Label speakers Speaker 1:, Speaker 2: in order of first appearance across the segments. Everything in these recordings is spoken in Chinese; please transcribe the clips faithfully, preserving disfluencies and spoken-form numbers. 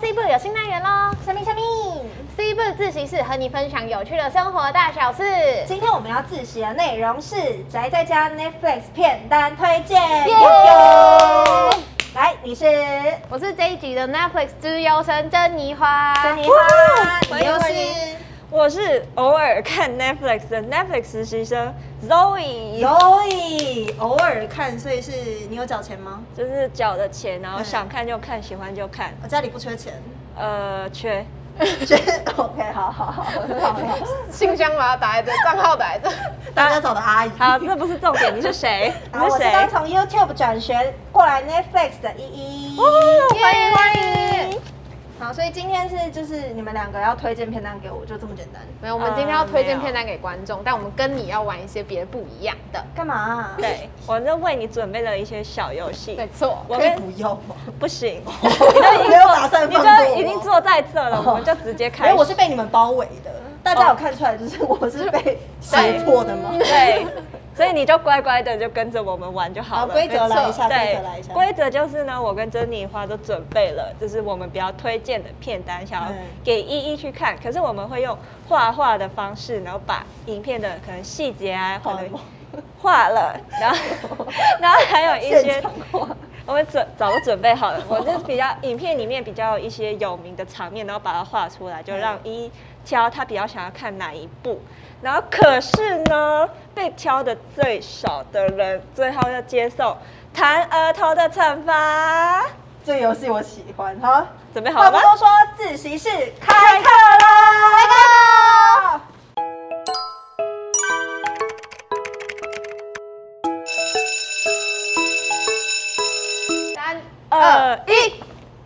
Speaker 1: C 部有新单元喽！
Speaker 2: 小米小米
Speaker 1: C 部自习室和你分享有趣的生活大小事。
Speaker 2: 今天我们要自习的内容是宅在家 Netflix 片单推荐。耶！来，你是？
Speaker 1: 我是这一集的 Netflix 资优生珍妮花。
Speaker 2: 珍妮花，你又是？
Speaker 3: 我是偶尔看 Netflix 的 Netflix 实习生 Zoe。
Speaker 2: Zoe， 偶尔看，所以是你有缴钱吗？
Speaker 3: 就是缴的钱，然后想看就看，喜欢就看。
Speaker 2: 我家里不缺钱。
Speaker 3: 呃，缺。
Speaker 2: 缺 OK， 好好好，很好很好。
Speaker 1: 信箱把它打在这，账号打在这。
Speaker 2: 大家找的阿姨。
Speaker 3: 好，这不是重点，你是谁？你是谁？
Speaker 2: 我是刚从 YouTube 转学过来 Netflix 的依依。
Speaker 3: 哦，欢迎欢迎。
Speaker 2: 好，所以今天是就是你们两个要推荐片单给我，就这么简单。
Speaker 1: 没有，我们今天要推荐片单给观众，但我们跟你要玩一些别的不一样的。
Speaker 2: 干嘛啊？
Speaker 3: 对，我就为你准备了一些小游戏。
Speaker 1: 没错，
Speaker 3: 我
Speaker 2: 可以不要吗？
Speaker 3: 不行，
Speaker 2: 你都没有打算
Speaker 3: 你
Speaker 2: 放过我，
Speaker 3: 就已经坐在这了，我们就直接开始。
Speaker 2: 因为我是被你们包围的，大家有看出来，就是我是被识破的吗？
Speaker 3: 对。所以你就乖乖的就跟着我们玩就好了。
Speaker 2: 规则来一下，规
Speaker 3: 对，
Speaker 2: 则来一下。
Speaker 3: 规则就是呢，我跟珍妮花都准备了，就是我们比较推荐的片单，想要给依依去看。可是我们会用画画的方式，然后把影片的可能细节啊，可能画了，然后然后还有一些我们准早都准备好了。我就比较影片里面比较一些有名的场面，然后把它画出来，就让依依挑他比较想要看哪一部。然后可是呢，被挑的最少的人，最后要接受弹额头的惩罚。
Speaker 2: 这个游戏我喜欢，好，
Speaker 3: 准备好了吗？
Speaker 2: 话不多说，自习室开课啦！开课！
Speaker 1: 三
Speaker 3: 二一，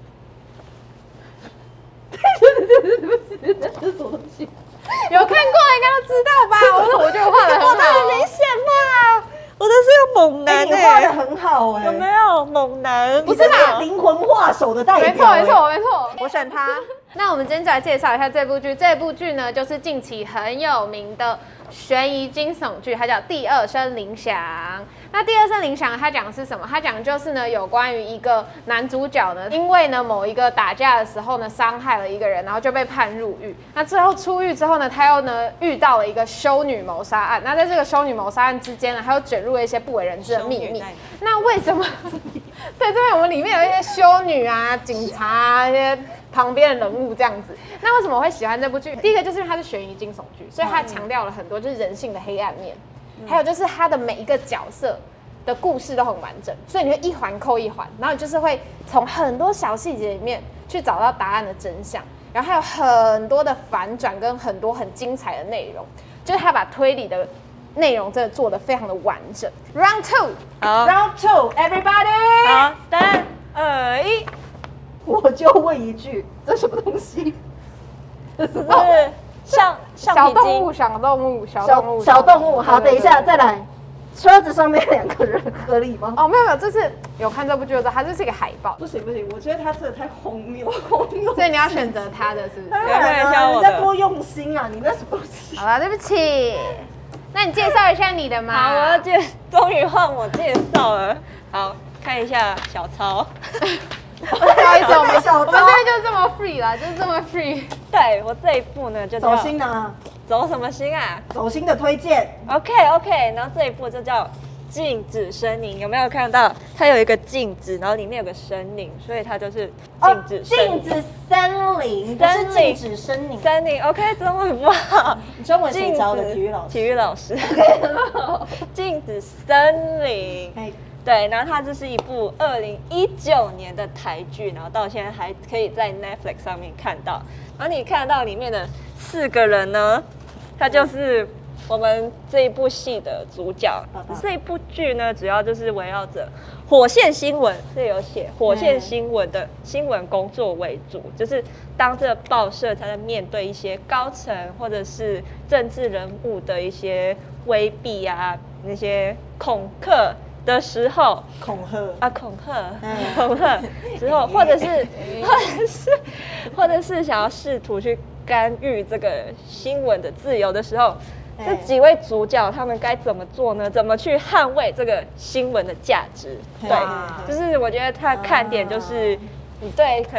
Speaker 2: 这是什么东西？
Speaker 1: 有看过的应该都知道吧？我我觉得我画的很好，
Speaker 3: 很明显吧？我的是个猛男
Speaker 2: 你画的很好哎，
Speaker 3: 有没有猛男？
Speaker 1: 不是吧？
Speaker 2: 灵魂画手的代表，
Speaker 1: 没错没错没错，
Speaker 2: 我选他。
Speaker 1: 那我们今天就来介绍一下这部剧。这部剧呢，就是近期很有名的悬疑惊悚剧，它叫《第二声铃响》。那《第二声铃响》它讲的是什么？它讲的就是呢，有关于一个男主角呢，因为呢某一个打架的时候呢，伤害了一个人，然后就被判入狱。那最后出狱之后呢，他又呢遇到了一个修女谋杀案。那在这个修女谋杀案之间呢，他又卷入了一些不为人知的秘密。那为什么？对，这边我们里面有一些修女啊、警察啊、一些旁边的人物这样子。那为什么我会喜欢这部剧？第一个就是因为它是悬疑惊悚剧，所以它强调了很多就是人性的黑暗面，嗯、还有就是它的每一个角色的故事都很完整，所以你会一环扣一环，然后你就是会从很多小细节里面去找到答案的真相，然后还有很多的反转跟很多很精彩的内容，就是他把推理的内容真的做得非常的完整。Round two，
Speaker 3: 好
Speaker 2: ，Round two，everybody，
Speaker 3: 好，三二一，
Speaker 2: 我就问一句，这什么东西？
Speaker 3: 这是像
Speaker 1: 小动物，小动物，小动物，
Speaker 2: 小动物。好，等一下再来。车子上面两个人合理吗？
Speaker 1: 哦，没有没有，这是有看这部剧的时候，它就是一个海报。
Speaker 2: 不行不行，我觉得它真的太荒谬荒谬。
Speaker 1: 所以你要选择它的，是不是？
Speaker 2: 当然了，你在多用心啊！你那什么东西？
Speaker 1: 好了，对不起。那你介绍一下你的嘛？
Speaker 3: 好，我要介，终于换我介绍了。好，看一下小抄。
Speaker 1: 不好意思，我们我们这边就是这么 free 啦，就是这么 free。
Speaker 3: 对我这一部呢，就
Speaker 2: 走心啊！
Speaker 3: 走什么心啊？
Speaker 2: 走心的推荐。
Speaker 3: OK OK， 然后这一部就叫静止森林，有没有看到？它有一个静止，然后里面有个森林，所以它就是静止森林。
Speaker 2: 静止森林，不是静止森林。
Speaker 3: 森林 OK， 中文不好。
Speaker 2: 你中文谁教的？体育老师。
Speaker 3: 体育老师。静止森林。对，然后它这是一部二零一九年的台剧，然后到现在还可以在 Netflix 上面看到。然后你看到里面的四个人呢，他就是我们这一部戏的主角。这一部剧呢，主要就是围绕着火线新闻，这有写火线新闻的新闻工作为主，就是当这个报社他在面对一些高层或者是政治人物的一些威逼啊，那些恐吓的时候，
Speaker 2: 恐吓
Speaker 3: 啊，恐吓，恐吓之后，或者是，或者是，或者是想要试图去干预这个新闻的自由的时候，这几位主角他们该怎么做呢？怎么去捍卫这个新闻的价值？对，就是我觉得它的看点就是，你对可能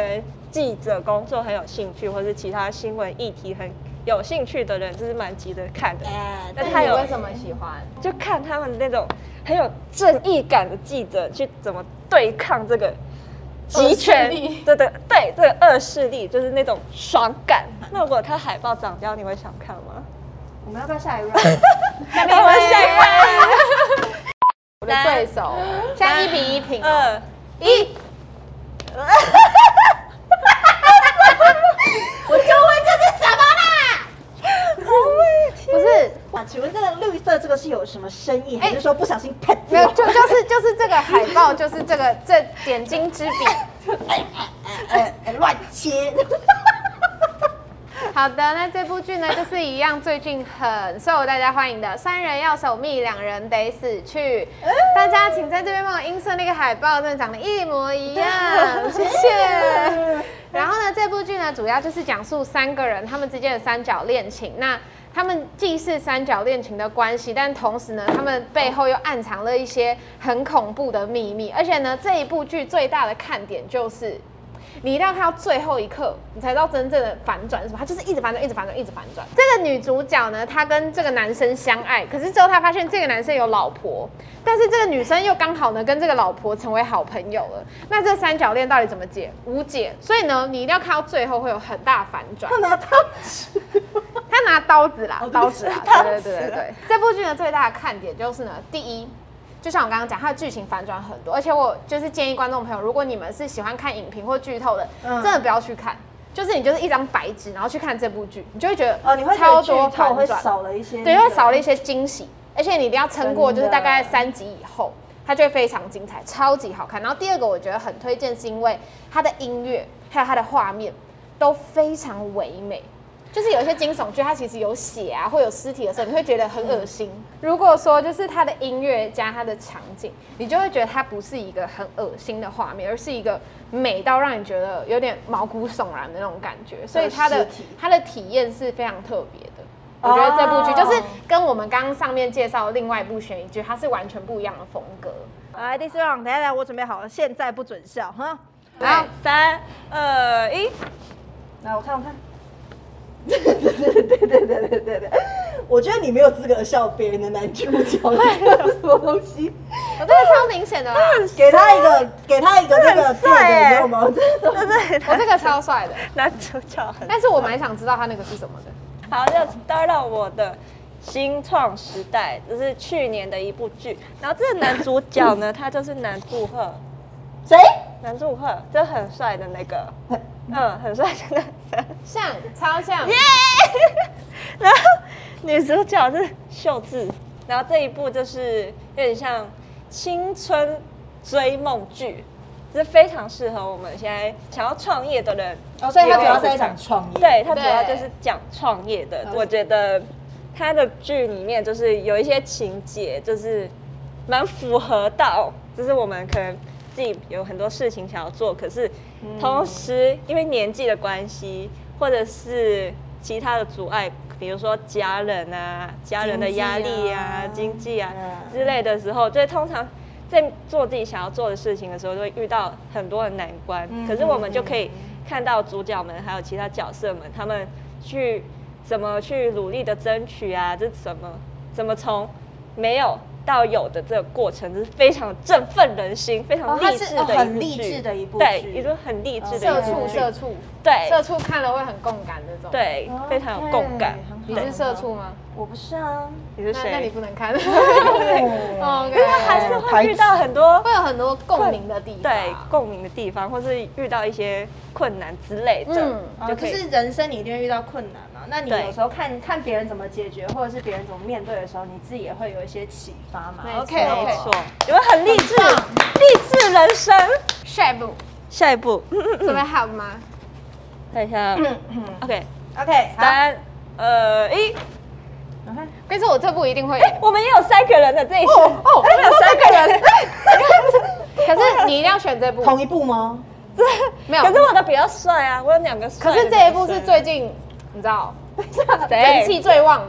Speaker 3: 记者工作很有兴趣，或是其他新闻议题很有兴趣的人，就是蛮值得看的。
Speaker 1: 哎，但他有为什么喜欢？
Speaker 3: 就看他们那种很有正义感的记者去怎么对抗这个集权，对对对，这个恶势力就是那种爽感。那如果他海报涨掉，你会想看吗？
Speaker 2: 我们要不要下一 round？
Speaker 3: 下面我们下一 round。
Speaker 1: 我的对手现在一比一平，
Speaker 3: 二
Speaker 1: 一。
Speaker 2: 我就问这是什么啦？
Speaker 1: 不是，
Speaker 2: 啊，请问这个绿色这个是有什么深意，还是说不小心喷
Speaker 1: 没有，就就是就是这个海报，就是这个这点睛之笔。
Speaker 2: 哎哎哎，乱切。
Speaker 1: 好的，那这部剧呢，就是一样最近很受大家欢迎的《三人要守密，两人得死去》。大家请在这边帮我映射那个海报，真的长得一模一样，谢谢。然后呢，这部剧呢，主要就是讲述三个人他们之间的三角恋情。那他们既是三角恋情的关系，但同时呢，他们背后又暗藏了一些很恐怖的秘密。而且呢，这一部剧最大的看点就是。你一定要看到最后一刻，你才知道真正的反转是什么。它就是一直反转，一直反转，一直反转。这个女主角呢，她跟这个男生相爱，可是之后她发现这个男生有老婆，但是这个女生又刚好呢跟这个老婆成为好朋友了。那这三角恋到底怎么解？无解。所以呢，你一定要看到最后会有很大反转。
Speaker 2: 他拿刀子，
Speaker 1: 他拿刀子啦，
Speaker 2: 哦、
Speaker 1: 刀子啦，对对对对对。这部剧呢最大的看点就是呢，第一。就像我刚刚讲，它的剧情反转很多，而且我就是建议观众朋友，如果你们是喜欢看影评或剧透的，嗯、真的不要去看，就是你就是一张白纸，然后去看这部剧，你就会觉得
Speaker 2: 哦，你会
Speaker 1: 超多反
Speaker 2: 转，少了一些，
Speaker 1: 对，会少了一些惊喜，而且你一定要撑过，就是大概三集以后，它就会非常精彩，超级好看。然后第二个我觉得很推荐，是因为它的音乐还有它的画面都非常唯美。就是有一些惊悚剧，它其实有血啊，或有尸体的时候，你会觉得很恶心。如果说就是它的音乐加它的场景，你就会觉得它不是一个很恶心的画面，而是一个美到让你觉得有点毛骨悚然的那种感觉。所以它的它的体验是非常特别的。我觉得这部剧就是跟我们刚刚上面介绍的另外一部悬疑剧，它是完全不一样的风格。
Speaker 2: 来，第四 round， 等一下，我准备好了，现在不准笑哈。
Speaker 3: 好，三二一，
Speaker 2: 来，我看我看。对对对对对对对对对，我觉得你没有资格笑别人的男主角，什么东西？
Speaker 1: 我这个超明显的啦，
Speaker 2: 给他一个，给他一个那个
Speaker 3: 帅，
Speaker 2: 你知道吗？
Speaker 3: 对对，
Speaker 1: 我这个超帅的
Speaker 3: 男主角很，
Speaker 1: 但是我蛮想知道他那个是什么的。
Speaker 3: 好，就 start 到我的新创时代，这是去年的一部剧，然后这个男主角呢，他就是南柱赫，
Speaker 2: 谁？
Speaker 3: 南柱赫，就很帅的那个。嗯，很帅的男生，
Speaker 1: 像，超像，
Speaker 3: 耶！然后女主角是秀智，然后这一部就是有点像青春追梦剧，是非常适合我们现在想要创业的人。
Speaker 2: 哦，所以它主要是在讲创业。
Speaker 3: 对，它主要就是讲创业的。我觉得它的剧里面就是有一些情节，就是蛮符合到，就是我们可能。自己有很多事情想要做，可是同时因为年纪的关系，或者是其他的阻碍，比如说家人啊、家人的压力啊、经济啊之类的时候，就通常在做自己想要做的事情的时候，就会遇到很多的难关。可是我们就可以看到主角们还有其他角色们，他们去怎么去努力的争取啊，这怎么怎么从没有。到有的这个过程，就是非常振奋人心、非常励志的一部剧，
Speaker 2: 很励志的一部剧，
Speaker 3: 对，一部很励志的一部剧。
Speaker 1: 社畜，社畜，
Speaker 3: 对，
Speaker 1: 社畜看了会很共感那种，
Speaker 3: 对，非常有共感。
Speaker 1: 你是社畜吗？
Speaker 2: 我不是啊，
Speaker 3: 你是谁？
Speaker 1: 那你不能看，
Speaker 3: 哦，因为还是会遇到很多，
Speaker 1: 会有很多共鸣的地方，
Speaker 3: 对，共鸣的地方，或是遇到一些困难之类的，
Speaker 2: 嗯，就是人生你一定会遇到困难嘛。那你有时候看看别人怎么解决，或者是别人怎么面对的时候，你自己也会有一一些启发嘛。
Speaker 1: OK，
Speaker 3: 没错，有没有很励志？励志人生。
Speaker 1: 下一步，
Speaker 3: 下一步，
Speaker 1: 准备好吗？
Speaker 3: 看一下 ，OK
Speaker 2: OK，
Speaker 3: 三二一。
Speaker 1: 跟你说，我这部一定会。
Speaker 3: 哎，我们也有三个人的这一次，
Speaker 1: 哦，我们有三个人。可是你一定要选这部。
Speaker 2: 同一部吗？
Speaker 1: 没有。
Speaker 3: 可是我的比较帅啊，我有两个帅。
Speaker 1: 可是这一部是最近你知道人气最旺的。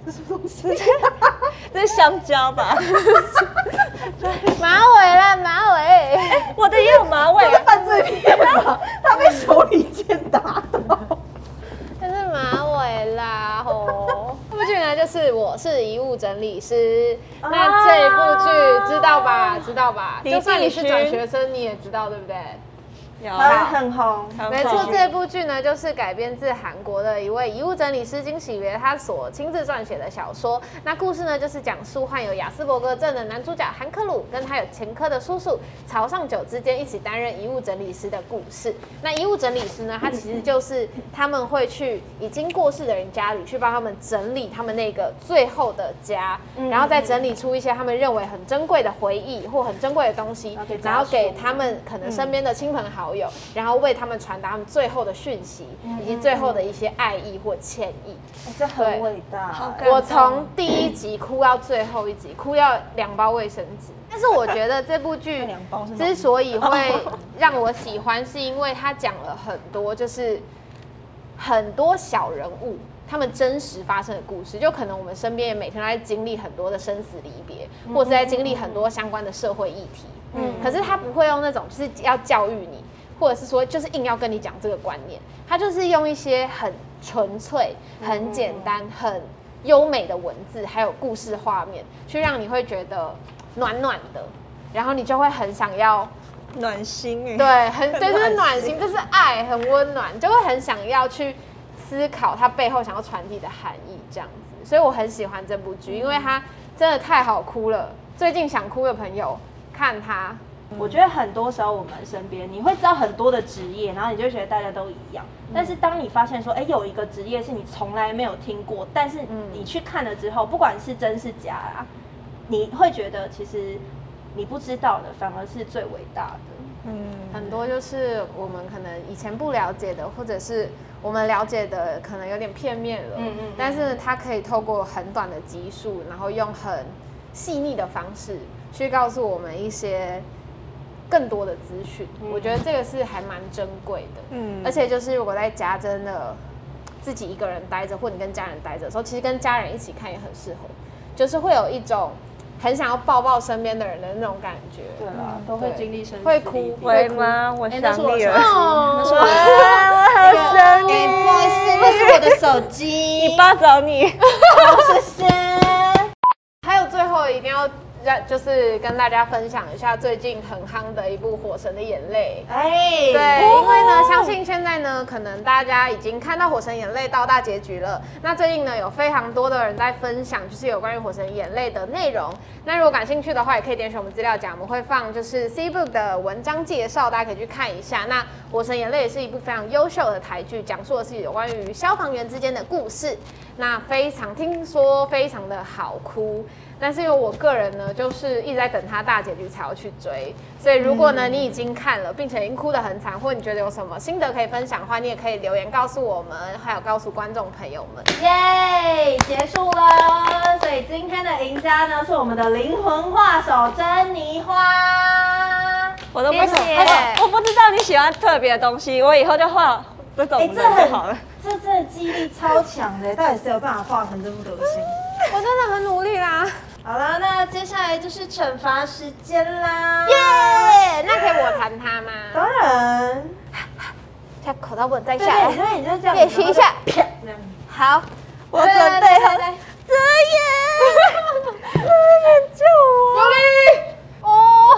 Speaker 2: 这是什么东西？
Speaker 3: 这是香蕉吧？
Speaker 1: 马尾啦，马尾。
Speaker 3: 欸、我的也有马尾、啊，
Speaker 2: 这是犯罪片吧？他被手里剑打到。
Speaker 1: 这是马尾啦，吼！这部剧呢，就是《我是遗物整理师》。那这一部剧知道吧？知道吧？就算你是转学生，你也知道，对不对？
Speaker 2: 很很红，
Speaker 1: 没错，这部剧呢就是改编自韩国的一位遗物整理师金喜别他所亲自撰写的小说。那故事呢就是讲述患有亚斯伯格症的男主角韩克鲁跟他有前科的叔叔曹尚九之间一起担任遗物整理师的故事。那遗物整理师呢，他其实就是他们会去已经过世的人家里去帮他们整理他们那个最后的家，然后再整理出一些他们认为很珍贵的回忆或很珍贵的东西，然后给他们可能身边的亲朋好友。然后为他们传达他们最后的讯息，以及最后的一些爱意或歉意。
Speaker 2: 欸、这很伟大。
Speaker 1: 我从第一集哭到最后一集，哭要两包卫生纸。但是我觉得这部剧之所以会让我喜欢，是因为它讲了很多，就是很多小人物他们真实发生的故事。就可能我们身边也每天都在经历很多的生死离别，或者在经历很多相关的社会议题。嗯，可是他不会用那种就是要教育你。或者是说，就是硬要跟你讲这个观念，他就是用一些很纯粹、很简单、很优美的文字，还有故事画面，去让你会觉得暖暖的，然后你就会很想要
Speaker 3: 暖心哎，
Speaker 1: 对，很对，就是暖心，就是爱，很温暖，就会很想要去思考它背后想要传递的含义，这样子。所以我很喜欢这部剧，因为它真的太好哭了。最近想哭的朋友看它。
Speaker 2: 我觉得很多时候我们身边，你会知道很多的职业，然后你就觉得大家都一样。但是当你发现说，哎、欸，有一个职业是你从来没有听过，但是你去看了之后，不管是真是假啦，你会觉得其实你不知道的反而是最伟大的。
Speaker 1: 嗯，很多就是我们可能以前不了解的，或者是我们了解的可能有点片面了。嗯嗯。但是它可以透过很短的集数，然后用很细腻的方式去告诉我们一些。更多的资讯，嗯、我觉得这个是还蛮珍贵的。嗯，而且就是如果在家真的自己一个人待着，或你跟家人待着的时候，其实跟家人一起看也很适合，就是会有一种很想要抱抱身边的人的那种感觉。
Speaker 2: 对啦，都会经历生死，
Speaker 1: 会哭，
Speaker 3: 会吗？我想你了。
Speaker 2: 那是我，
Speaker 3: 我好想你。
Speaker 2: 不好意思，那是我的手机。
Speaker 3: 你爸找你。
Speaker 2: 谢谢。
Speaker 1: 还有最后一定要。就是跟大家分享一下最近很夯的一部《火神的眼泪》。哎，对，因为呢，相信现在呢，可能大家已经看到《火神眼泪》到大结局了。那最近呢，有非常多的人在分享，就是有关于《火神眼泪》的内容。那如果感兴趣的话，也可以点选我们资料夹，我们会放就是 C Book 的文章介绍，大家可以去看一下。那《火神眼泪》也是一部非常优秀的台剧，讲述的是有关于消防员之间的故事。那非常听说非常的好哭。但是因为我个人呢，就是一直在等它大结局才要去追，所以如果呢你已经看了，并且已经哭得很惨，或你觉得有什么心得可以分享的话，你也可以留言告诉我们，还有告诉观众朋友们。
Speaker 2: 耶，结束了！所以今天的赢家呢是我们的灵魂画手珍妮花。
Speaker 3: 我都不懂，我不知道你喜欢特别的东西，我以后就画这种人就好了。
Speaker 2: 这真的记忆力超强的，到底谁有办法画成这副德行？
Speaker 1: 我真的很努力啦。
Speaker 2: 好了，那接下来就是惩罚时间啦！
Speaker 1: 耶，那可以我弹它吗？
Speaker 2: 当然。
Speaker 1: 下口罩不能摘下来，
Speaker 2: 所以你就这样
Speaker 1: 练习一下。好，
Speaker 3: 我准备好了。泽言，泽言救我！
Speaker 1: 努力哦！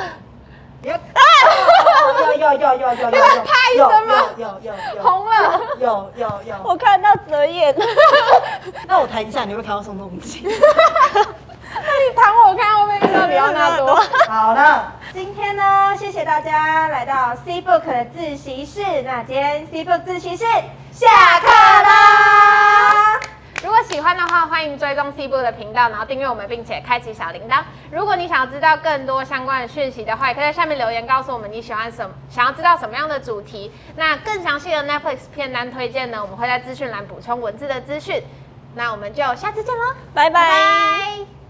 Speaker 2: 有有有有有有有，
Speaker 1: 啪一声吗？
Speaker 2: 有有有
Speaker 1: 红了。
Speaker 2: 有有有，
Speaker 3: 我看到泽言。
Speaker 2: 那我弹一下，你会看到什么东西？
Speaker 1: 那你弹我看，会不会遇到里奥纳多？
Speaker 2: 好了，今天呢，谢谢大家来到 C Book 的自习室。那今天 C Book 自习室下课啦。
Speaker 1: 如果喜欢的话，欢迎追踪 C Book 的频道，然后订阅我们，并且开启小铃铛。如果你想要知道更多相关的讯息的话，也可以在下面留言告诉我们你喜欢什么，想要知道什么样的主题。那更详细的 Netflix 片单推荐呢，我们会在资讯栏补充文字的资讯。那我们就下次见喽，
Speaker 3: 拜拜。
Speaker 1: 拜拜。